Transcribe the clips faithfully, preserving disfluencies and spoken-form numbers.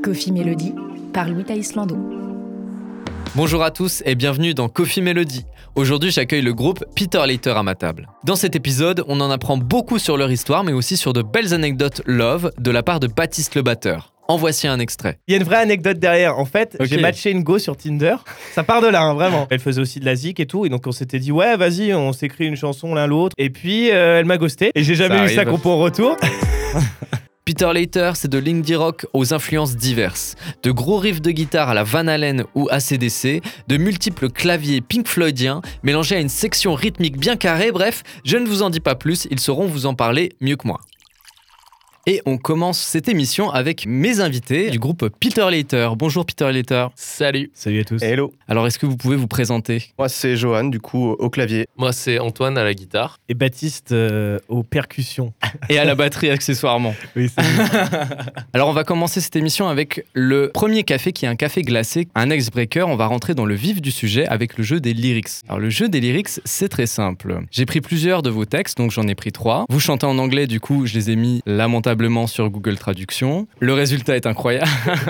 Coffee Melody par Louis-Thaïs Landau. Bonjour à tous et bienvenue dans Coffee Melody. Aujourd'hui, j'accueille le groupe Peter Later à ma table. Dans cet épisode, on en apprend beaucoup sur leur histoire, mais aussi sur de belles anecdotes love de la part de Baptiste le batteur. En voici un extrait. Il y a une vraie anecdote derrière. En fait, Okay. j'ai matché une go sur Tinder. Ça part de là, hein, vraiment. Elle faisait aussi de la zik et tout. Et donc, on s'était dit, ouais, vas-y, on s'écrit une chanson l'un l'autre. Et puis, euh, elle m'a ghosté. Et j'ai jamais Ça eu ça arrive. compo en retour. Peter Later, c'est de l'indie rock aux influences diverses. De gros riffs de guitare à la Van Halen ou A C D C, de multiples claviers Pink Floydiens, mélangés à une section rythmique bien carrée, bref, je ne vous en dis pas plus, ils sauront vous en parler mieux que moi. Et on commence cette émission avec mes invités du groupe Peter Later. Bonjour Peter Later. Salut. Salut à tous. Hello, Alors est-ce que vous pouvez vous présenter ? moi c'est Johan, du coup au clavier. Moi, c'est Antoine à la guitare. Et Baptiste euh, aux percussions. Et à la batterie accessoirement. Oui, c'est Alors on va commencer cette émission avec le premier café qui est un café glacé, un icebreaker. On va rentrer dans le vif du sujet avec le jeu des lyrics. Alors le jeu des lyrics, c'est très simple. J'ai pris plusieurs de vos textes, donc j'en ai pris trois. Vous chantez en anglais, du coup je les ai mis lamentablement sur Google Traduction. Le résultat est incroyable.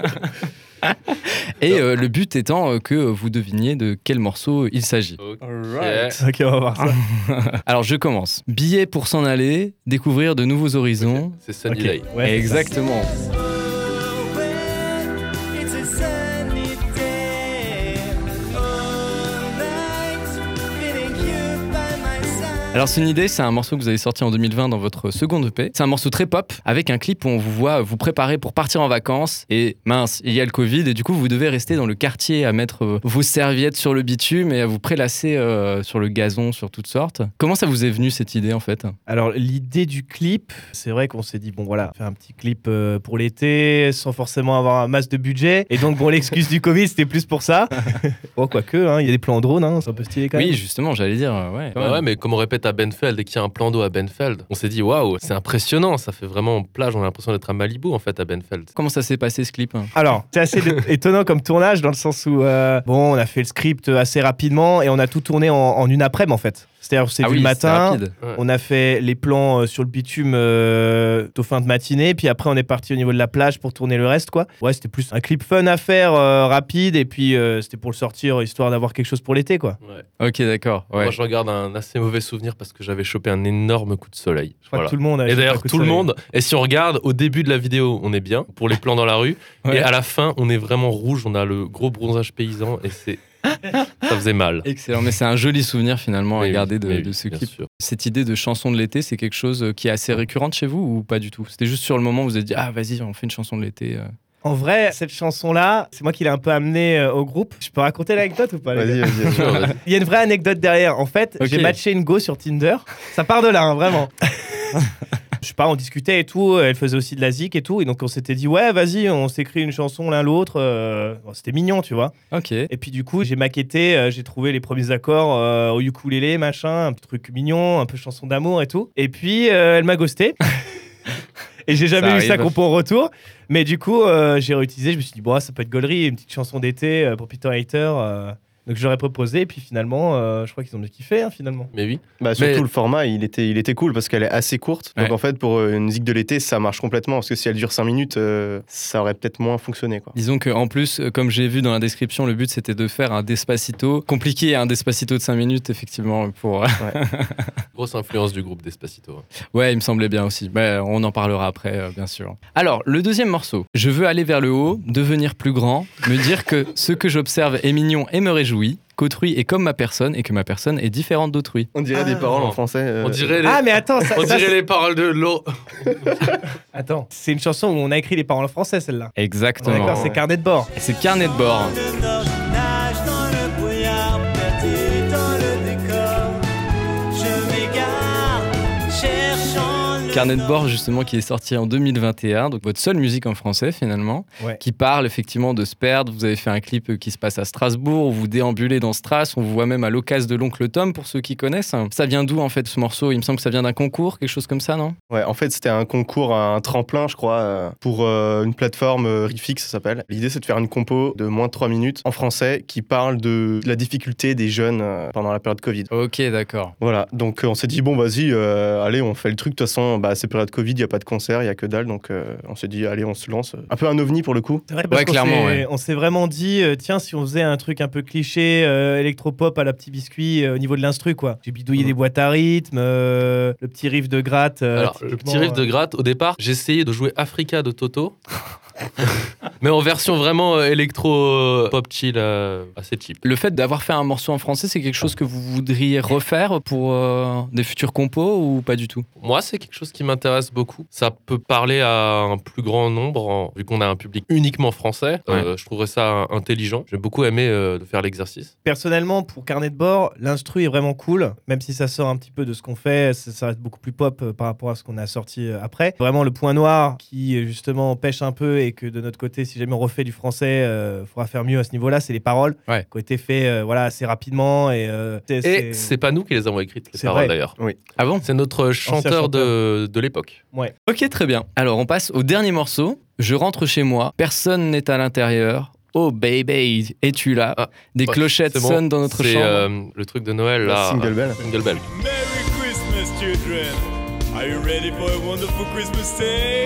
Et euh, le but étant euh, que vous deviniez de quel morceau il s'agit. Ok. Ok, on va voir ça. Alors je commence. Billet pour s'en aller, découvrir de nouveaux horizons. C'est Sunny Ok. Day. Ouais, Exactement. Alors Sunny Day, c'est un morceau que vous avez sorti en deux mille vingt dans votre seconde E P. C'est un morceau très pop, avec un clip où on vous voit vous préparer pour partir en vacances. Et mince, il y a le Covid, et du coup vous devez rester dans le quartier à mettre euh, vos serviettes sur le bitume et à vous prélasser euh, sur le gazon, sur toutes sortes. Comment ça vous est venu cette idée en fait ? Alors, l'idée du clip, c'est vrai qu'on s'est dit, bon voilà, faire un petit clip euh, pour l'été, sans forcément avoir un masse de budget. Et donc, bon, l'excuse du Covid, c'était plus pour ça. Bon, quoique, hein, il y a des plans en drone, hein, c'est un peu stylé quand même. Oui, justement, j'allais dire, euh, ouais. Ouais, ouais, mais comme on répète à Benfeld, dès qu'il y a un plan d'eau à Benfeld, on s'est dit waouh, c'est impressionnant, ça fait vraiment plage, on a l'impression d'être à Malibu en fait à Benfeld. Comment ça s'est passé ce clip ? Alors, c'est assez de- étonnant comme tournage dans le sens où, euh, bon, on a fait le script assez rapidement et on a tout tourné en, en une après-midi en fait. C'est-à-dire, on s'est Ah vu oui, le c'était matin, rapide. Ouais. on a fait les plans euh, sur le bitume euh, au fin de matinée, puis après on est parti au niveau de la plage pour tourner le reste, quoi. Ouais, c'était plus un clip fun à faire, euh, rapide, et puis euh, c'était pour le sortir histoire d'avoir quelque chose pour l'été, quoi. Ouais. Ok, d'accord. Ouais. Moi, je regarde un assez mauvais souvenir parce que j'avais chopé un énorme coup de soleil. Je crois Voilà. que tout le monde a Et un d'ailleurs, coup de tout le soleil. monde, et si on regarde au début de la vidéo, on est bien pour les plans dans la rue, Ouais. et à la fin, on est vraiment rouge, on a le gros bronzage paysan, et c'est. Ça faisait mal. Excellent, mais c'est un joli souvenir finalement à Mais garder oui, de, mais de oui, ce bien clip. sûr. Cette idée de chanson de l'été, c'est quelque chose qui est assez récurrente chez vous ou pas du tout ? C'était juste sur le moment où vous vous êtes dit « Ah, vas-y, on fait une chanson de l'été. euh. En vrai, cette chanson-là, c'est moi qui l'ai un peu amenée euh, au groupe. Je peux raconter l'anecdote ou pas, les Vas-y, gars vas-y. Sûr, vas-y. Il y a une vraie anecdote derrière. En fait, Ok. j'ai matché une go sur Tinder. Ça part de là, hein, vraiment. Je sais pas, on discutait et tout. Elle faisait aussi de la zik et tout. Et donc, on s'était dit, ouais, vas-y, on s'écrit une chanson l'un l'autre. Euh, bon, c'était mignon, tu vois. Ok. Et puis, du coup, j'ai maquetté, euh, j'ai trouvé les premiers accords euh, au ukulélé, machin, un petit truc mignon, un peu chanson d'amour et tout. Et puis, euh, elle m'a ghosté. Et j'ai jamais Ça eu ça arrive. compo en retour. Mais du coup, euh, j'ai réutilisé. Je me suis dit, bon, ça peut être gaulerie, une petite chanson d'été euh, pour Peter Later. euh. Donc, j'aurais proposé. Et puis, finalement, euh, je crois qu'ils ont bien kiffé, hein, finalement. Mais oui. Bah, surtout Mais- le format, il était, il était cool parce qu'elle est assez courte. Donc Ouais. en fait, pour euh, une zik de l'été, ça marche complètement parce que si elle dure cinq minutes, euh, ça aurait peut-être moins fonctionné, quoi. Disons qu'en plus, euh, comme j'ai vu dans la description, le but c'était de faire un Despacito. Compliqué, un Despacito de cinq minutes, effectivement. Pour... Grosse influence du groupe Despacito. hein. Ouais, il me semblait bien aussi. Ouais, on en parlera après, euh, bien sûr. Alors, le deuxième morceau. Je veux aller vers le haut, devenir plus grand, me dire que ce que j'observe est mignon et me réjouit, qu'autrui est comme ma personne et que ma personne est différente d'autrui. On dirait des Ah. paroles en français. euh, On dirait les, Ah, mais attends, ça, on ça, dirait les paroles de l'eau. Attends, c'est une chanson où on a écrit les paroles en français, celle-là. Exactement. D'accord, c'est Carnet de bord. C'est Carnet de bord. Carnet de bord justement qui est sorti en deux mille vingt et un, donc votre seule musique en français finalement, Ouais. qui parle effectivement de se perdre. Vous avez fait un clip qui se passe à Strasbourg, où vous déambulez dans Stras, on vous voit même à l'occasion de l'oncle Tom pour ceux qui connaissent. Ça vient d'où en fait ce morceau ? Il me semble que ça vient d'un concours, quelque chose comme ça, non ? Ouais, en fait, c'était un concours, un tremplin, je crois, euh, pour euh, une plateforme euh, Rifix, ça s'appelle. L'idée, c'est de faire une compo de moins de trois minutes en français qui parle de la difficulté des jeunes euh, pendant la période Covid. Ok, d'accord. Voilà, donc euh, on s'est dit, bon, vas-y, euh, allez, on fait le truc. De toute façon, bah, c'est période Covid, il n'y a pas de concert, il n'y a que dalle, donc euh, on s'est dit, allez, on se lance. Un peu un ovni pour le coup. C'est vrai, parce Ouais, qu'on clairement, s'est, ouais. on s'est vraiment dit, euh, tiens, si on faisait un truc un peu cliché, euh, électropop à la petit biscuit euh, au niveau de l'instru, quoi. J'ai bidouillé Mhm. des boîtes à rythme, euh, le petit riff de gratte. euh, Alors, le typiquement, petit riff de euh, gratte, au départ, j'ai essayé de jouer Africa de Toto. Mais en version vraiment euh, électro euh, pop chill, euh, assez cheap. Le fait d'avoir fait un morceau en français, c'est quelque chose que vous voudriez refaire pour euh, des futurs compos ou pas du tout? Moi, c'est quelque chose qui m'intéresse beaucoup. Ça peut parler à un plus grand nombre, en- vu qu'on a un public uniquement français. Euh, je trouverais ça intelligent. J'ai beaucoup aimé euh, de faire l'exercice. Personnellement, pour Carnet de bord, l'instru est vraiment cool, même si ça sort un petit peu de ce qu'on fait, ça, ça reste beaucoup plus pop euh, par rapport à ce qu'on a sorti euh, après. Vraiment, le point noir qui euh, justement pêche un peu et que de notre côté, si jamais on refait du français, il faudra faire mieux à ce niveau-là, c'est les paroles Ouais. qui ont été faites euh, voilà, assez rapidement. Et, euh, c'est- Et c'est- c'est pas nous qui les avons écrites, les C'est paroles vrai. d'ailleurs. Ah bon? C'est notre chanteur, chanteur. de, de l'époque. Ouais. Ok, très bien. Alors, on passe au dernier morceau. Je rentre chez moi, personne n'est à l'intérieur. Oh baby, es-tu là? Ah, Des ouais, clochettes c'est bon. sonnent dans notre C'est chambre. euh, le truc de Noël, là. Single Bell. Single Bell. Merry Christmas, children. Are you ready for a wonderful Christmas day?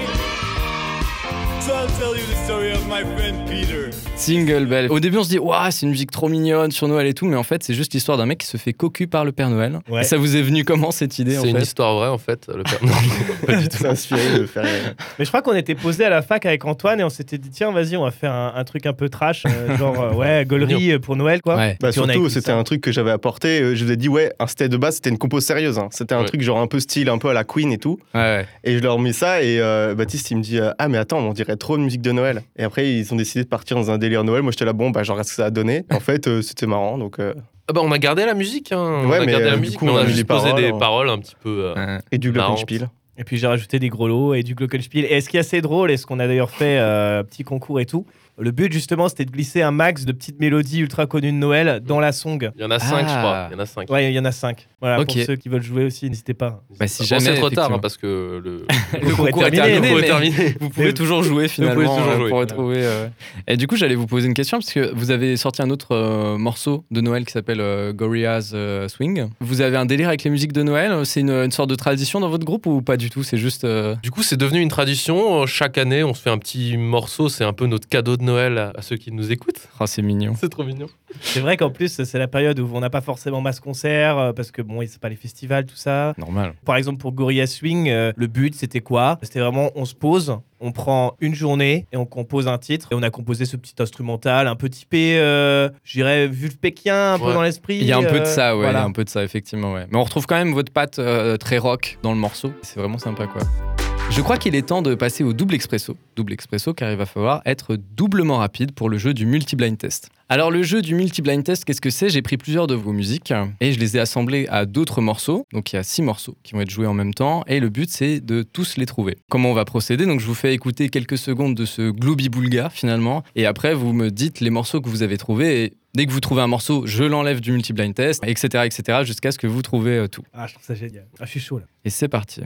So I'll tell you the story of my friend Peter. Single Bell. Au début, on se dit, waouh, c'est une musique trop mignonne sur Noël et tout, mais en fait, c'est juste l'histoire d'un mec qui se fait cocu par le Père Noël. Ouais. Et ça vous est venu comment cette idée en C'est une fait? histoire vraie, en fait. Le père... Non, pas du tout. C'est inspiré de faire. euh, Mais je crois qu'on était posé à la fac avec Antoine et on s'était dit, tiens, vas-y, on va faire un, un truc un peu trash, euh, genre, euh, ouais, gaulerie euh, pour Noël, quoi. Ouais. Bah, Et puis on a surtout, écrit c'était ça. un truc que j'avais apporté. euh, Je vous ai dit, ouais, un c'était de base, c'était une compo sérieuse. hein. C'était un Ouais. truc genre un peu style, un peu à la Queen et tout. Ouais, ouais. Et je leur mets ça et euh, Baptiste, il me dit, euh, ah, mais attends, on dirait trop de musique de Noël. Et après, ils ont décidé de partir dans un délire Noël. Moi, j'étais là, bon, bah, genre, ce que ça a donné. En fait, euh, c'était marrant. Donc, euh, Ah bah, on a gardé la musique, hein. on Ouais, a mais, gardé euh, la du musique, coup, mais on on a a mis juste les posé paroles, des hein. paroles un petit peu. euh, Ouais. Et du Marrant. Glockenspiel. Et puis j'ai rajouté des gros lots et du Glockenspiel. Et ce qui est assez drôle, et ce qu'on a d'ailleurs fait, euh, petit concours et tout, le but justement c'était de glisser un max de petites mélodies ultra connues de Noël dans la song. Il y en a cinq, Ah. je crois. Il y en a cinq. Ouais, il y en a cinq. Voilà, Ok. pour ceux qui veulent jouer aussi, n'hésitez pas. Bah, si Bon, jamais, c'est trop tard, effectivement. hein, parce que le, Le concours est terminé, terminé, le cours est mais terminé. vous pouvez Mais- toujours jouer finalement Vous pouvez toujours euh, jouer. pour retrouver. euh. Et du coup, j'allais vous poser une question parce que vous avez sorti un autre euh, morceau de Noël qui s'appelle euh, Gorillaz euh, Swing. Vous avez un délire avec les musiques de Noël? C'est une, une sorte de tradition dans votre groupe ou pas du tout? C'est juste. euh, Du coup, c'est devenu une tradition. Chaque année, on se fait un petit morceau. C'est un peu notre cadeau de Noël à, à ceux qui nous écoutent. Oh, c'est mignon. C'est trop mignon. C'est vrai qu'en plus, c'est la période où on n'a pas forcément masse concert euh, parce que bon, c'est pas les festivals, tout ça. Normal. Par exemple, pour Gorilla Swing, euh, le but c'était quoi? C'était vraiment, on se pose, on prend une journée et on compose un titre. Et on a composé ce petit instrumental un peu typé, euh, je dirais, vulpékien, un peu Ouais. dans l'esprit. Il y a un peu de euh, ça, ouais. voilà. Il y a un peu de ça, effectivement, ouais. Mais on retrouve quand même votre patte euh, très rock dans le morceau. C'est vraiment sympa, quoi. Je crois qu'il est temps de passer au double expresso. Double expresso, car il va falloir être doublement rapide pour le jeu du multi-blind test. Alors, le jeu du multi-blind test, qu'est-ce que c'est? J'ai pris plusieurs de vos musiques et je les ai assemblées à d'autres morceaux. Donc, il y a six morceaux qui vont être joués en même temps et le but, c'est de tous les trouver. Comment on va procéder? Donc, je vous fais écouter quelques secondes de ce Glooby Boulga, finalement. Et après, vous me dites les morceaux que vous avez trouvés et dès que vous trouvez un morceau, je l'enlève du multi-blind test, et cetera, et cetera, jusqu'à ce que vous trouvez euh, tout. Ah, je trouve ça génial. Ah, je suis chaud là. Et c'est parti.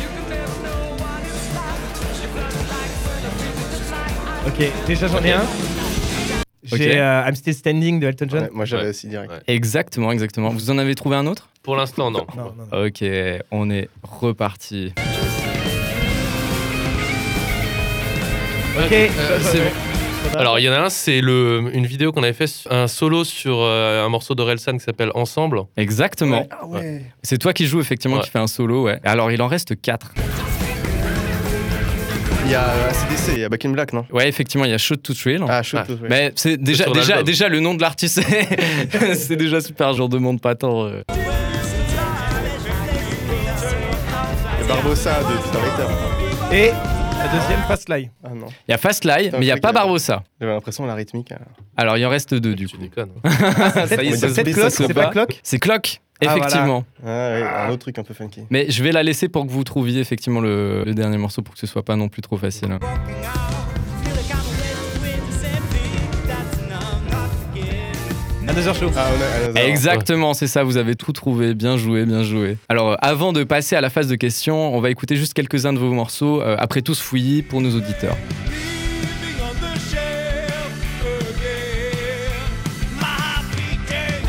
Ok, déjà j'en ai un. J'ai Ok. euh, I'm Still Standing de Elton John. Ouais, moi, j'avais Ouais. aussi direct. Ouais. Exactement, exactement. Vous en avez trouvé un autre? Pour l'instant, non. Non, non, non. Ok, on est reparti. Ok, Euh, c'est bon. bon. Alors, il y en a un, c'est le, une vidéo qu'on avait fait, sur- un solo sur euh, un morceau d'Orelsan qui s'appelle Ensemble. Exactement. Ah ouais. C'est toi qui joues, effectivement, Ouais. qui fait un solo, ouais. Alors, il en reste quatre. Il y a A C D C, il y a Back in Black, non? Ouais, effectivement, il y a Shoot to Thrill. Ah, shoot, Ah. ouais. Mais c'est déjà, sur déjà, l'album. déjà le nom de l'artiste, c'est- c'est déjà super, je demande pas tant. euh. Il y a Barbossa de Peter Later. Et la deuxième, Fast Lie. Ah non. Il y a Fast Lie, mais il n'y a c'est pas que- Barbossa. J'avais l'impression la rythmique. euh, Alors, il en reste deux, du Tu coup. déconnes. Ça y est, On ça va se- dire Cette ça cloque, se c'est bat. pas cloque? C'est Clock, Ah, effectivement. Ah ouais, un autre truc un peu funky. Mais je vais la laisser pour que vous trouviez effectivement le, le dernier morceau pour que ce soit pas non plus trop facile. Another Show. Ah, on a, on a- Exactement, c'est ça, vous avez tout trouvé, bien joué, bien joué. Alors, euh, avant de passer à la phase de questions, on va écouter juste quelques-uns de vos morceaux, euh, après tous fouillis pour nos auditeurs. Living on the shelf again. My heart beating.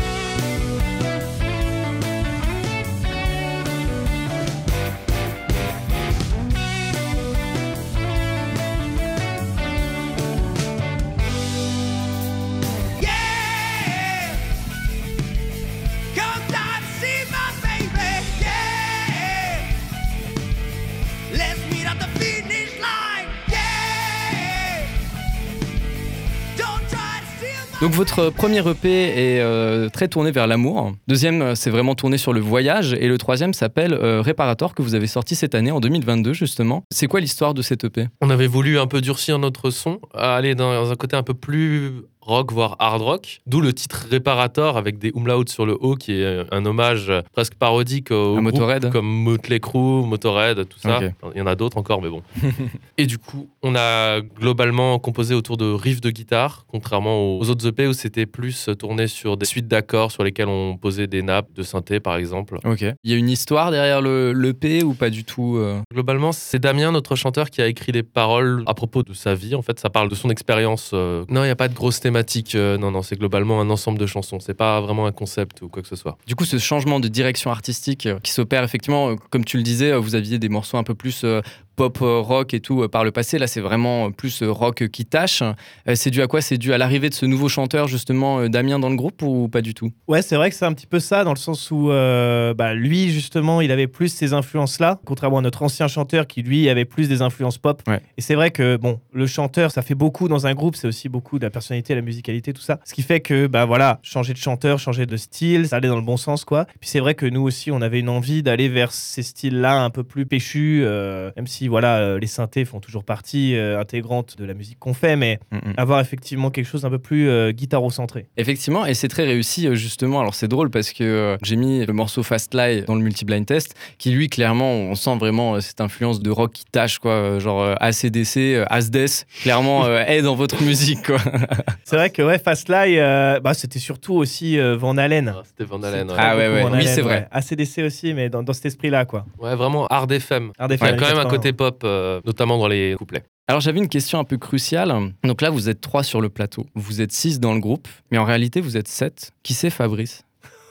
Donc votre premier E P est euh, très tourné vers l'amour. Deuxième, euh, c'est vraiment tourné sur le voyage. Et le troisième s'appelle euh, Réparator, que vous avez sorti cette année, en deux mille vingt-deux justement. C'est quoi l'histoire de cet E P ? On avait voulu un peu durcir notre son, aller dans un côté un peu plus rock, voire hard rock. D'où le titre Réparator avec des umlauts sur le haut, qui est un hommage presque parodique au Un groupe Motorhead. comme Motley Crue, Motorhead, tout ça. Ok. Il y en a d'autres encore, mais bon. Et du coup, on a globalement composé autour de riffs de guitare, contrairement aux autres E P où c'était plus tourné sur des suites d'accords sur lesquels on posait des nappes de synthé, par exemple. Ok. Il y a une histoire derrière le l'E P ou pas du tout euh Globalement, c'est Damien, notre chanteur, qui a écrit les paroles à propos de sa vie. En fait, ça parle de son expérience. euh. Non, il n'y a pas de grosse thématique. euh, Non, non, c'est globalement un ensemble de chansons. C'est pas vraiment un concept ou quoi que ce soit. Du coup, ce changement de direction artistique euh, qui s'opère effectivement, euh, comme tu le disais, euh, vous aviez des morceaux un peu plus euh, pop euh, rock et tout euh, par le passé. Là, c'est vraiment euh, plus euh, rock qui tâche. Euh, c'est dû à quoi ? C'est dû à l'arrivée de ce nouveau chanteur, justement, euh, Damien, dans le groupe ou pas du tout ? Ouais, c'est vrai que c'est un petit peu ça, dans le sens où euh, bah, lui, justement, il avait plus ces influences-là, contrairement à notre ancien chanteur qui, lui, avait plus des influences pop. Ouais. Et c'est vrai que, bon, le chanteur, ça fait beaucoup dans un groupe, c'est aussi beaucoup de la personnalité, la musicalité, tout ça. Ce qui fait que, bah voilà, changer de chanteur, changer de style, ça allait dans le bon sens, quoi. Puis c'est vrai que nous aussi, on avait une envie d'aller vers ces styles-là un peu plus péchus, euh, même si, voilà, euh, les synthés font toujours partie euh, intégrante de la musique qu'on fait, mais Mm-mm. avoir effectivement quelque chose un peu plus euh, guitaro-centré. Effectivement, et c'est très réussi euh, justement. Alors c'est drôle parce que euh, j'ai mis le morceau Fast Lie dans le multi-blind test, qui lui clairement, on sent vraiment euh, cette influence de rock qui tâche, quoi, euh, genre euh, A C D C, euh, Asdes, clairement euh, est dans votre musique, quoi. C'est vrai que ouais, Fast Lie, euh, bah, c'était surtout aussi euh, Van Halen. Ah, C'était Van Halen. C'est Ouais. très Ah ouais, beaucoup ouais. Van Oui, Halen, c'est vrai. ouais. A C D C aussi, mais dans, dans cet esprit-là, quoi. Ouais, vraiment hard F M. Hard Il F M, y a quand même un quatre-vingts. côté pop, euh, notamment dans les couplets. Alors j'avais une question un peu cruciale. Donc là, vous êtes trois sur le plateau. Vous êtes six dans le groupe, mais en réalité, vous êtes sept. Qui c'est Fabrice ?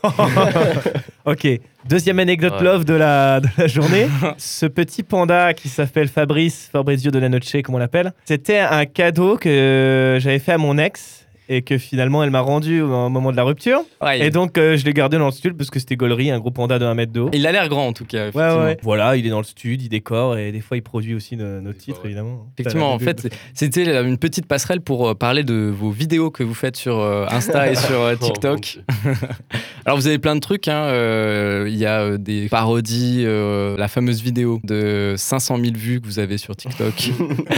Ok, deuxième anecdote Ouais. love de la, de la journée. Ce petit panda qui s'appelle Fabrice, Fabrizio de la Noche, comme on l'appelle, c'était un cadeau que j'avais fait à mon ex et que finalement elle m'a rendu au moment de la rupture. Ouais, Et donc euh, je l'ai gardé dans le studio parce que c'était gaulerie, un gros panda de un mètre de haut. il a l'air grand en tout cas. Ouais, Effectivement. ouais. Voilà, il est dans le studio, il décore et des fois il produit aussi nos, nos titres, ouais. évidemment. Effectivement, en fait, c'était une petite passerelle pour euh, parler de vos vidéos que vous faites sur euh, Insta et sur euh, Oh, mon TikTok. Dieu. Alors vous avez plein de trucs, hein. euh, il y a euh, des parodies, euh, la fameuse vidéo de cinq cent mille vues que vous avez sur TikTok.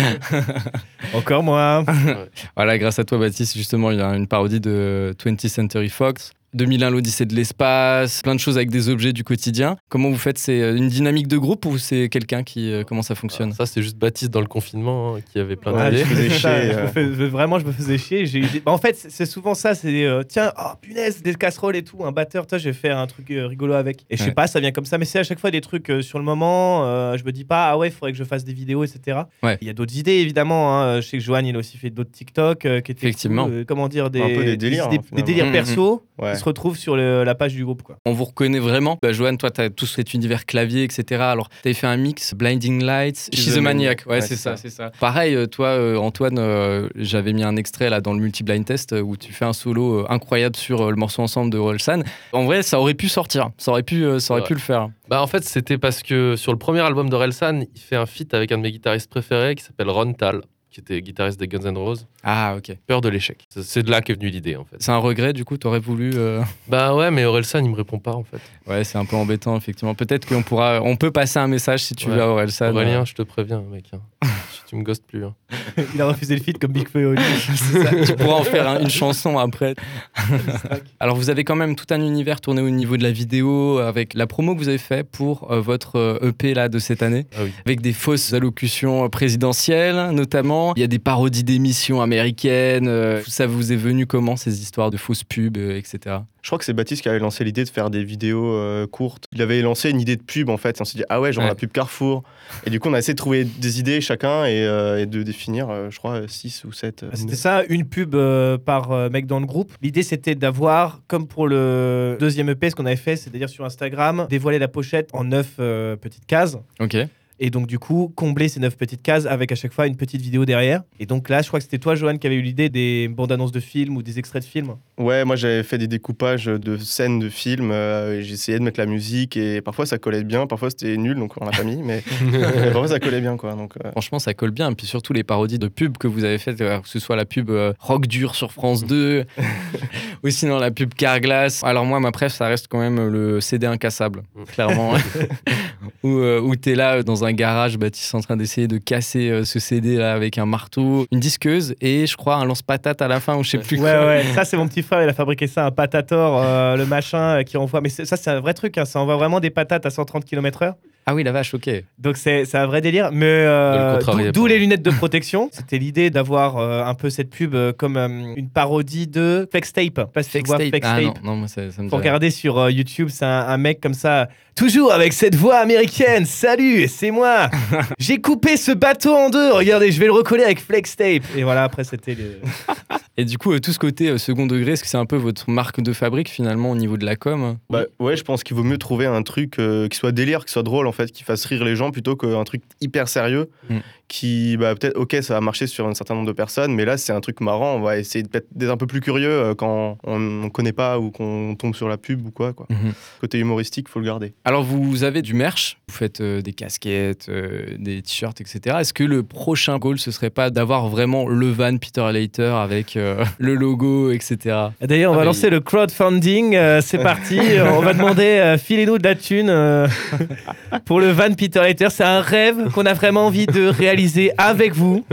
Encore moi. Voilà, grâce à toi Baptiste, justement, il y a une parodie de twentieth Century Fox. deux mille un, l'Odyssée de l'espace, plein de choses avec des objets du quotidien. Comment vous faites ? C'est une dynamique de groupe ou c'est quelqu'un qui... euh, comment ça fonctionne ? Ça, c'est juste Baptiste dans le confinement hein, qui avait plein Ouais, d'idées. je faisais C'est ça, chier, je me euh. fais- vraiment, je me faisais chier. J'ai eu des- bah, en fait, c'est- c'est souvent ça. C'est euh, tiens, oh punaise, des casseroles et tout, un batteur. Toi, je vais faire un truc euh, rigolo avec. Et je sais Ouais. pas, ça vient comme ça. Mais c'est à chaque fois des trucs euh, sur le moment. euh, je me dis pas, ah ouais, il faudrait que je fasse des vidéos, et cetera. Ouais. Il y a d'autres idées, évidemment. Hein. Je sais que Johan, il a aussi fait d'autres TikTok euh, qui étaient Effectivement. cool, euh, comment dire, des, Un peu des délires, des, hein, des délires finalement. perso Ouais. qui se retrouvent sur le- la page du groupe, quoi. On vous reconnaît vraiment. Bah, Johan, toi, tu as tout cet univers clavier, et cetera. Alors, tu avais fait un mix Blinding Lights, She's a Maniac. Ouais, Ouais, c'est c'est ça, ça. c'est ça. Pareil, euh, toi, euh, Antoine, euh, j'avais mis un extrait là dans le multi-blind test euh, où tu fais un solo euh, incroyable sur euh, le morceau ensemble de Orelsan. En vrai, ça aurait pu sortir. Ça aurait pu, euh, ça aurait Ouais. pu le faire. Bah, en fait, c'était parce que sur le premier album d'Orelsan, il fait un feat avec un de mes guitaristes préférés qui s'appelle Ron Tal, qui était guitariste des Guns N' Roses. Ah, ok. Peur de l'échec. C'est- C'est de là qu'est venue l'idée, en fait. C'est un regret, du coup, t'aurais voulu. euh, Bah ouais, mais Orelsan, il me répond pas, en fait. Ouais, c'est un peu embêtant, effectivement. Peut-être qu'on pourra, on peut passer un message si tu Ouais. veux à Orelsan. Aurélien, je te préviens, mec. hein. Si tu me ghostes plus. hein. Il a refusé le feat comme Big Flo et Oli. Tu pourras en faire hein, une chanson après. Alors, vous avez quand même tout un univers tourné au niveau de la vidéo, avec la promo que vous avez fait pour euh, votre euh, E P là, de cette année, Ah oui. avec des fausses allocutions euh, présidentielles, notamment. Il y a des parodies d'émissions américaines. euh, ça vous est venu comment, ces histoires de fausses pubs, euh, et cetera. Je crois que c'est Baptiste qui avait lancé l'idée de faire des vidéos euh, courtes. Il avait lancé une idée de pub en fait. Et on s'est dit, ah ouais, genre Ouais. la pub Carrefour. Et du coup, on a essayé de trouver des idées chacun et, euh, et de définir, euh, je crois, six ou sept. C'était ça, une pub euh, par euh, mec dans le groupe. L'idée, c'était d'avoir, comme pour le deuxième E P, ce qu'on avait fait, c'est-à-dire sur Instagram, dévoiler la pochette en neuf euh, petites cases. Ok. Et donc, du coup, combler ces neuf petites cases avec à chaque fois une petite vidéo derrière. Et donc là, je crois que c'était toi, Johan, qui avait eu l'idée des bandes annonces de films ou des extraits de films. Ouais, moi j'avais fait des découpages de scènes de films, euh, et j'essayais de mettre la musique et parfois ça collait bien, parfois c'était nul donc on l'a pas mis, mais, mais parfois ça collait bien quoi. Donc, euh... Franchement, ça colle bien. Et puis surtout les parodies de pubs que vous avez faites, euh, que ce soit la pub euh, Rock Dur sur France deux ou sinon la pub Carglass. Alors moi, ma préf, ça reste quand même le C D incassable, clairement. où euh, où t'es là euh, dans un garage, Baptiste en train d'essayer de casser euh, ce C D là avec un marteau, une disqueuse et je crois un lance-patate à la fin ou je sais plus Ouais, quoi. ouais, ça c'est mon petit frère, il a fabriqué ça, un patator, euh, le machin euh, qui envoie. Mais c'est- ça, c'est un vrai truc, hein, ça envoie vraiment des patates à cent trente kilomètres heure. Ah oui, la vache, ok. Donc c'est c'est un vrai délire, mais De euh, le contrarier, d'où- d'où pas. les lunettes de protection. C'était l'idée d'avoir euh, un peu cette pub euh, comme euh, une parodie de Flextape. Je sais pas si tu vois Flextape. Ah Flextape. non, non, moi ça, ça me dit Faut rien. regarder sur euh, YouTube, c'est un, un mec comme ça, toujours avec cette voix américaine. Salut, c'est moi. J'ai coupé ce bateau en deux. Regardez, je vais le recoller avec Flextape. Et voilà, après c'était le... Et du coup, euh, tout ce côté euh, second degré, est-ce que c'est un peu votre marque de fabrique finalement au niveau de la com? Bah, ouais, je pense qu'il vaut mieux trouver un truc euh, qui soit délire, qui soit drôle en fait, qui fasse rire les gens plutôt qu'un truc hyper sérieux Mm. qui, bah, peut-être, ok, ça va marcher sur un certain nombre de personnes, mais là c'est un truc marrant, on va essayer d'être d'être un peu plus curieux euh, quand on ne connaît pas ou qu'on tombe sur la pub ou quoi. quoi. Mhm. Côté humoristique, faut le garder. Alors, vous avez du merch, vous faites euh, des casquettes, euh, des t-shirts, et cetera. Est-ce que le prochain goal, ce serait pas d'avoir vraiment le van Peter Later avec euh, le logo, et cetera. D'ailleurs, on Ah, va mais- lancer le crowdfunding. euh, c'est parti. Euh, on va demander, euh, filez-nous de la thune euh, pour le van Peter Later. C'est un rêve qu'on a vraiment envie de réaliser avec vous.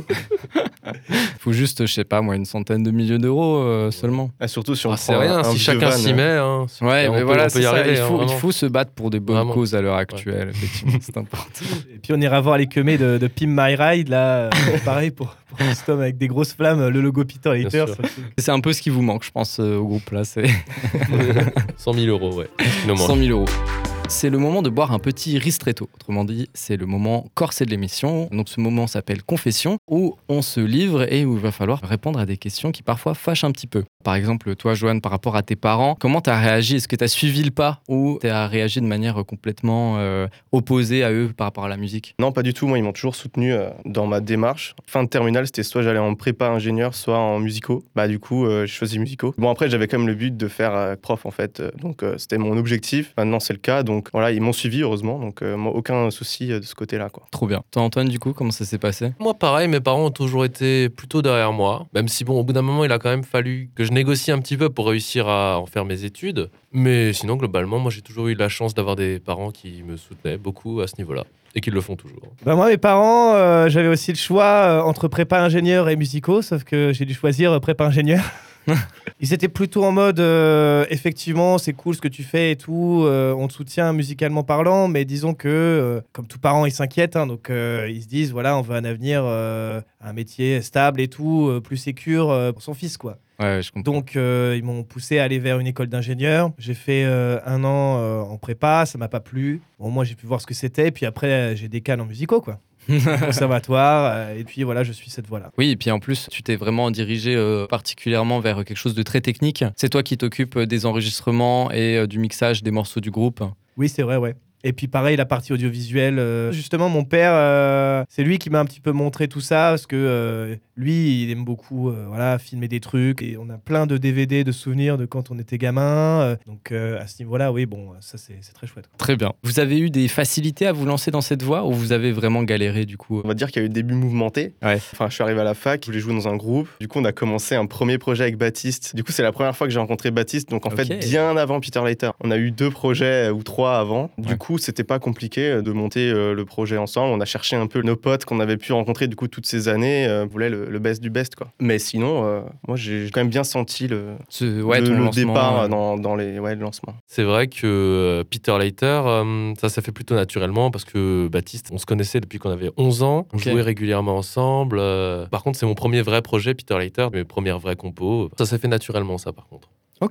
Faut juste, je sais pas moi, une centaine de millions d'euros euh, seulement. Ah, surtout si on Ah, c'est prend un- rien, un si vieux chacun van, s'y euh, met. Hein, Ouais, on mais peut- voilà, on peut c'est y ça. arriver. Il hein, faut, il vraiment. faut se battre pour des bonnes Vraiment. causes à l'heure actuelle, effectivement, c'est important. Et puis on ira voir les queumés de, de Pim My Ride là. euh, pareil pour, pour cet homme avec des grosses flammes, le logo Peter Later. sûr. c'est un truc. C'est un peu ce qui vous manque, je pense, euh, au groupe là, c'est cent mille euros, ouais. Il nous manque. cent mille euros. C'est le moment de boire un petit ristretto. Autrement dit, c'est le moment corsé de l'émission. Donc ce moment s'appelle Confession, où on se livre et où il va falloir répondre à des questions qui parfois fâchent un petit peu. Par exemple, toi, Johan, par rapport à tes parents, comment tu as réagi? Est-ce que tu as suivi le pas ou tu as réagi de manière complètement euh, opposée à eux par rapport à la musique? Non, pas du tout. Moi, ils m'ont toujours soutenu euh, dans ma démarche. Fin de terminale, c'était soit j'allais en prépa ingénieur, soit en musicaux. Bah, du coup, euh, j'ai choisi musicaux. Bon, après, j'avais quand même le but de faire euh, prof, en fait. Euh, donc, euh, c'était mon objectif. Maintenant, c'est le cas. Donc, voilà, ils m'ont suivi, heureusement. Donc, euh, moi, aucun souci euh, de ce côté-là, quoi. Trop bien. Toi, Antoine, du coup, comment ça s'est passé? Moi, pareil, mes parents ont toujours été plutôt derrière moi. Même si, bon, au bout d'un moment, il a quand même fallu que je négocie un petit peu pour réussir à en faire mes études. Mais sinon, globalement, moi, j'ai toujours eu la chance d'avoir des parents qui me soutenaient beaucoup à ce niveau-là. Et qui le font toujours. Bah moi, mes parents, euh, j'avais aussi le choix euh, entre prépa ingénieur et musicaux, sauf que j'ai dû choisir euh, prépa ingénieur. Ils étaient plutôt en mode, euh, effectivement, c'est cool ce que tu fais et tout, euh, on te soutient musicalement parlant, mais disons que, euh, comme tout parent, ils s'inquiètent, hein, donc euh, ils se disent, voilà, on veut un avenir, euh, un métier stable et tout, euh, plus sécure euh, pour son fils, quoi. Ouais, je comprends. Donc, euh, ils m'ont poussé à aller vers une école d'ingénieur. J'ai fait euh, un an euh, en prépa, ça m'a pas plu. Bon, moi, j'ai pu voir ce que c'était, puis après, euh, j'ai des cannes en musicaux, quoi. Conservatoire, euh, et puis voilà, je suis cette voie-là. Oui, et puis en plus, tu t'es vraiment dirigé euh, particulièrement vers quelque chose de très technique. C'est toi qui t'occupes euh, des enregistrements et euh, du mixage des morceaux du groupe. Oui, c'est vrai, ouais. Et puis pareil, la partie audiovisuelle. euh, Justement, mon père, euh, c'est lui qui m'a un petit peu montré tout ça, parce que euh, lui, il aime beaucoup euh, voilà, filmer des trucs. Et on a plein de D V D, de souvenirs de quand on était gamin. euh, donc euh, à ce niveau-là, oui, bon, ça c'est c'est très chouette. Très bien. Vous avez eu des facilités à vous lancer dans cette voie ou vous avez vraiment galéré du coup? On va dire qu'il y a eu des débuts mouvementés. Ouais. Enfin, je suis arrivé à la fac, je voulais jouer dans un groupe. Du coup, on a commencé un premier projet avec Baptiste. Du coup, c'est la première fois que j'ai rencontré Baptiste. Donc, en Ok. fait, bien avant Peter Later. On a eu deux projets ou trois avant. Du Ouais. coup, c'était pas compliqué de monter euh, le projet ensemble. On a cherché un peu nos potes qu'on avait pu rencontrer du coup toutes ces années. Euh, on voulait le, le best du best, quoi. Mais sinon, euh, moi, j'ai quand même bien senti le, Ce- ouais, le, ton le lancement, départ euh, dans, dans les ouais, le lancement. C'est vrai que euh, Peter Later, euh, ça, ça fait plutôt naturellement parce que Baptiste, on se connaissait depuis qu'on avait onze ans. On Ok. jouait régulièrement ensemble. euh. Par contre, c'est mon premier vrai projet, Peter Later, mes premières vraies compos. Ça s'est fait naturellement, ça, par contre. Ok.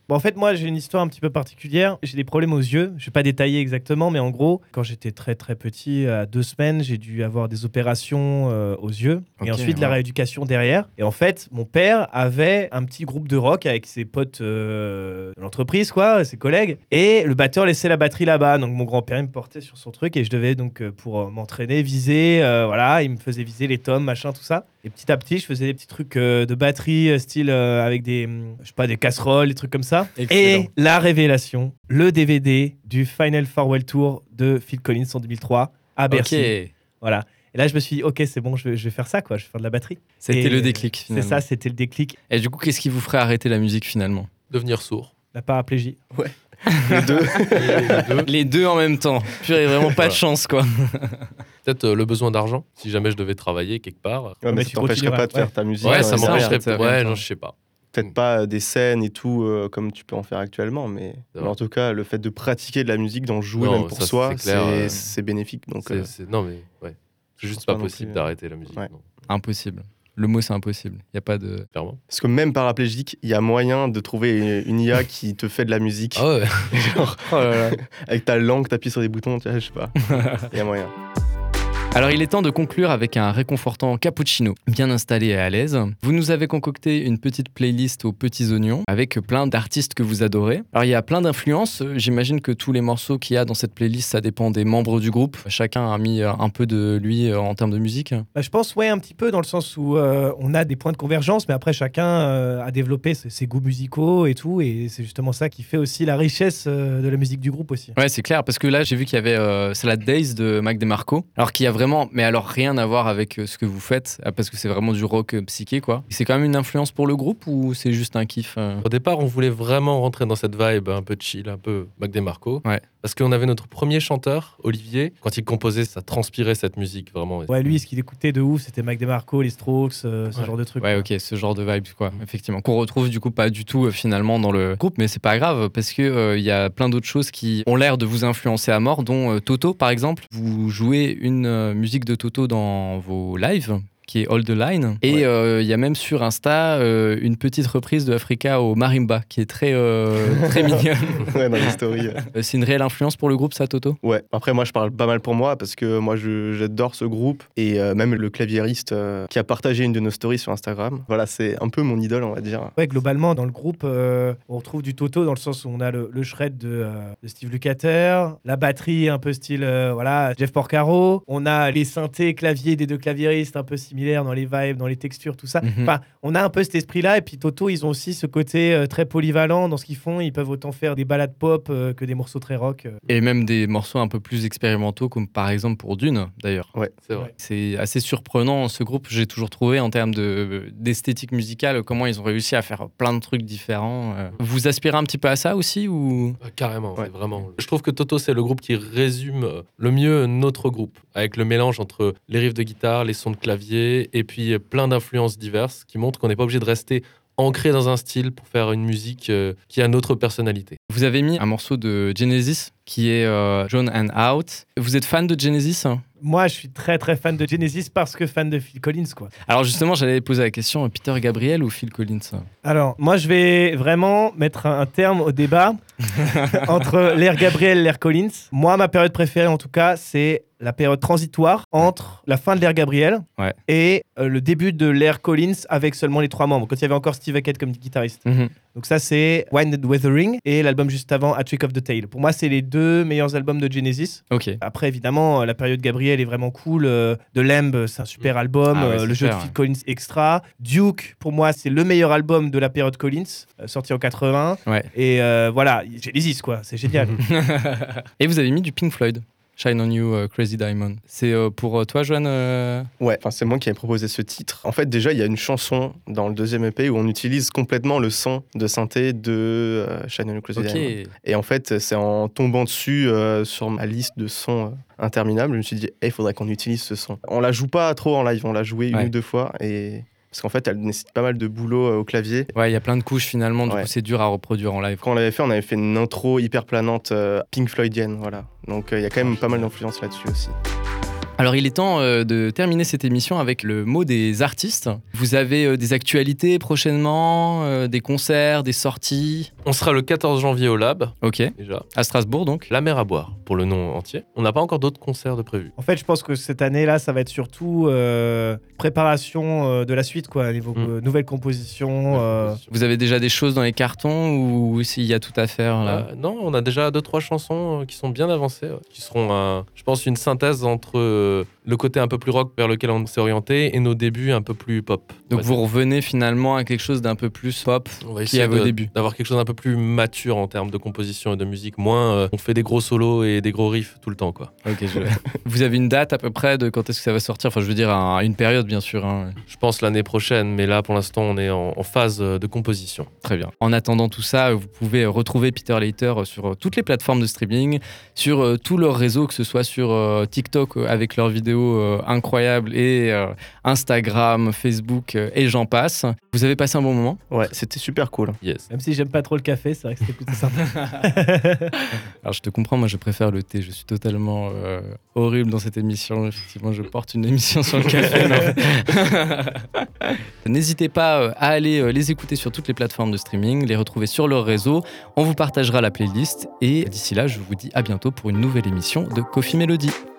Bon, en fait, moi, j'ai une histoire un petit peu particulière. J'ai des problèmes aux yeux. Je vais pas détailler exactement, mais en gros, quand j'étais très très petit, à deux semaines, j'ai dû avoir des opérations euh, aux yeux et Ok, ensuite ouais. la rééducation derrière. Et en fait, mon père avait un petit groupe de rock avec ses potes euh, de l'entreprise, quoi, ses collègues. Et le batteur laissait la batterie là-bas. Donc mon grand-père il me portait sur son truc et je devais donc euh, pour euh, m'entraîner viser. euh, voilà, il me faisait viser les tomes, machin, tout ça. Et petit à petit, je faisais des petits trucs euh, de batterie, euh, style euh, avec des, hum, je sais pas, des casseroles, des trucs comme ça. Excellent. Et la révélation, le D V D du Final Farewell Tour de Phil Collins en deux mille trois à Bercy. Ok. Voilà. Et là, je me suis dit, ok, c'est bon, je vais, je vais faire ça, quoi. Je vais faire de la batterie. C'était Et, le euh, déclic C'est finalement. ça, c'était le déclic. Et du coup, qu'est-ce qui vous ferait arrêter la musique finalement? Devenir sourd. La paraplégie. Les deux. Les deux. Les deux en même temps. Purée, vraiment pas de chance quoi. Peut-être euh, le besoin d'argent, si jamais je devais travailler quelque part. Ouais, Mais mais tu ça t'empêcherait continueras, pas de faire ouais. ta musique. Ouais, dans ça les m'empêcherait arrêts. m'empêcherait. ça, Ouais, rien de non, ça. je sais pas. Peut-être pas euh, des scènes et tout euh, comme tu peux en faire actuellement, mais, C'est mais en tout cas, le fait de pratiquer de la musique, d'en jouer Non, même pour ça, soi, c'est clair, c'est euh, c'est bénéfique. Donc, C'est- euh, c'est- Non, mais ouais. C'est juste pense pas pas non possible plus, euh, d'arrêter la musique. ouais. non, Impossible. Le mot c'est impossible. Il y a pas de. clairement. parce que même paraplégique, il y a moyen de trouver une I A qui te fait de la musique. Ah ouais. Genre, Oh là là. avec ta langue, t'appuies sur des boutons, tu vois, je sais pas. Il y a moyen. Alors il est temps de conclure avec un réconfortant cappuccino, bien installé et à l'aise. Vous nous avez concocté une petite playlist aux petits oignons avec plein d'artistes que vous adorez. Alors il y a plein d'influences, j'imagine que tous les morceaux qu'il y a dans cette playlist, ça dépend des membres du groupe. Chacun a mis un peu de lui en termes de musique. Bah, je pense, ouais, un petit peu dans le sens où euh, on a des points de convergence, mais après, chacun euh, a développé ses, ses goûts musicaux et tout. Et c'est justement ça qui fait aussi la richesse euh, de la musique du groupe aussi. Ouais, c'est clair, parce que là, j'ai vu qu'il y avait euh, Salad Days de Mac DeMarco. Alors qu'il y a vraiment, mais alors rien à voir avec euh, ce que vous faites, euh, parce que c'est vraiment du rock euh, psyché, quoi. C'est quand même une influence pour le groupe ou c'est juste un kiff euh Au départ, on voulait vraiment rentrer dans cette vibe un peu chill, un peu Mac DeMarco. Ouais. Parce qu'on avait notre premier chanteur, Olivier. Quand il composait, ça transpirait cette musique, vraiment. Ouais, lui, ce qu'il écoutait de ouf, c'était Mac DeMarco, les Strokes, euh, ce Ouais. genre de trucs. Ouais, quoi. ok, ce genre de vibes, quoi, effectivement. Qu'on retrouve du coup pas du tout euh, finalement dans le groupe, mais c'est pas grave parce que euh, il y a plein d'autres choses qui ont l'air de vous influencer à mort, dont euh, Toto par exemple. Vous jouez une euh, musique de Toto dans vos lives, qui est Hold the Line. Et il Ouais. euh, y a même sur Insta euh, une petite reprise de Africa au marimba, qui est très, euh, très mignonne. Ouais, dans les stories. euh. Euh, C'est une réelle influence pour le groupe, ça, Toto? Ouais, après moi je parle pas mal pour moi parce que moi je- j'adore ce groupe et euh, même le claviériste euh, qui a partagé une de nos stories sur Instagram. Voilà, c'est un peu mon idole, on va dire. Ouais, globalement, dans le groupe, euh, on retrouve du Toto dans le sens où on a le, le shred de, euh, de Steve Lukather, la batterie un peu style euh, voilà, Jeff Porcaro, on a les synthés, claviers des deux claviéristes un peu similaires dans les vibes, dans les textures, tout ça. Mhm. Enfin, on a un peu cet esprit-là. Et puis Toto, ils ont aussi ce côté euh, très polyvalent dans ce qu'ils font. Ils peuvent autant faire des ballades pop euh, que des morceaux très rock. euh. Et même des morceaux un peu plus expérimentaux, comme par exemple pour Dune, d'ailleurs. C'est vrai. C'est assez surprenant, ce groupe, j'ai toujours trouvé, en termes de- d'esthétique musicale, comment ils ont réussi à faire plein de trucs différents. euh. Vous aspirez un petit peu à ça aussi ou... Euh, Carrément, Ouais. ouais, vraiment. Je trouve que Toto, c'est le groupe qui résume euh, le mieux notre groupe, avec le mélange entre les riffs de guitare, les sons de clavier, et puis euh, plein d'influences diverses qui montrent qu'on n'est pas obligé de rester ancré dans un style pour faire une musique euh, qui a notre personnalité. Vous avez mis un morceau de Genesis qui est euh, Drown and Out. Vous êtes fan de Genesis? Moi, je suis très très fan de Genesis parce que fan de Phil Collins, quoi. Alors justement, j'allais poser la question, Peter Gabriel ou Phil Collins? Alors, moi, je vais vraiment mettre un, un terme au débat entre l'ère Gabriel et l'ère Collins. Moi, ma période préférée, en tout cas, c'est la période transitoire entre la fin de l'ère Gabriel Ouais. et euh, le début de l'ère Collins avec seulement les trois membres, quand il y avait encore Steve Hackett comme guitariste. Mhm. Donc ça, c'est Winded Weathering et l'album juste avant, A Trick of the Tail. Pour moi, c'est les deux meilleurs albums de Genesis. Ok. Après, évidemment, la période Gabriel est vraiment cool. Euh, The Lamb, c'est un super album. Ah ouais, Euh, c'est le jeu super, de Phil ouais. Collins extra. Duke, pour moi, c'est le meilleur album de la période Collins, euh, sorti en quatre-vingts. Ouais. Et euh, voilà, Genesis, quoi. C'est génial. Et vous avez mis du Pink Floyd, Shine on You, euh, Crazy Diamond. C'est euh, pour euh, toi, Joanne euh, Ouais, enfin c'est moi qui ai proposé ce titre. En fait, déjà, il y a une chanson dans le deuxième E P où on utilise complètement le son de synthé de euh, Shine on You Crazy Ok. Diamond. Et en fait, c'est en tombant dessus euh, sur ma liste de sons euh, interminables, je me suis dit, il faudrait qu'on utilise ce son. On la joue pas trop en live, on l'a joué une Ouais. ou deux fois et parce qu'en fait, elle nécessite pas mal de boulot euh, au clavier. Ouais, il y a plein de couches finalement, du Ouais. coup c'est dur à reproduire en live. Quand on l'avait fait, on avait fait une intro hyper planante euh, Pink Floydienne, voilà. Donc euh, il y a quand même pas mal d'influence là-dessus aussi. Alors il est temps euh, de terminer cette émission avec le mot des artistes. Vous avez euh, des actualités prochainement, euh, des concerts, des sorties? On sera le quatorze janvier au Lab, Ok, déjà. à Strasbourg donc. La mer à boire, pour le nom entier. On n'a pas encore d'autres concerts de prévus. En fait, je pense que cette année-là, ça va être surtout euh, préparation euh, de la suite, quoi, niveau Mm. euh, nouvelle composition. euh, Vous avez déjà des choses dans les cartons ou s'il y a tout à faire là? Euh, non, on a déjà deux trois chansons euh, qui sont bien avancées, ouais, qui seront, euh, je pense, une synthèse entre euh, le côté un peu plus rock vers lequel on s'est orienté et nos débuts un peu plus pop. Donc on va vous dire. revenez finalement à quelque chose d'un peu plus pop On va qui essayer à vos de- débuts. d'avoir quelque chose d'un peu plus mature en termes de composition et de musique. Moins, euh, on fait des gros solos et des gros riffs tout le temps, quoi. Ok, je... Vous avez une date à peu près de quand est-ce que ça va sortir? Enfin, je veux dire, à une période bien sûr. hein. Je pense l'année prochaine, mais là, pour l'instant, on est en, en phase euh, de composition. Très bien. En attendant tout ça, vous pouvez retrouver Peter Later sur toutes les plateformes de streaming, sur euh, tous leurs réseaux, que ce soit sur euh, TikTok euh, avec leurs vidéos euh, incroyables et euh, Instagram, Facebook euh, et j'en passe. Vous avez passé un bon moment? Ouais, c'était super cool. Yes. Même si j'aime pas trop le café, c'est vrai que c'était plutôt sympa. Alors je te comprends, moi je préfère le thé. Je suis totalement euh, horrible dans cette émission. Effectivement, je porte une émission sur le café. non. N'hésitez pas euh, à aller euh, les écouter sur toutes les plateformes de streaming, les retrouver sur leur réseau. On vous partagera la playlist et d'ici là, je vous dis à bientôt pour une nouvelle émission de Coffee Melody.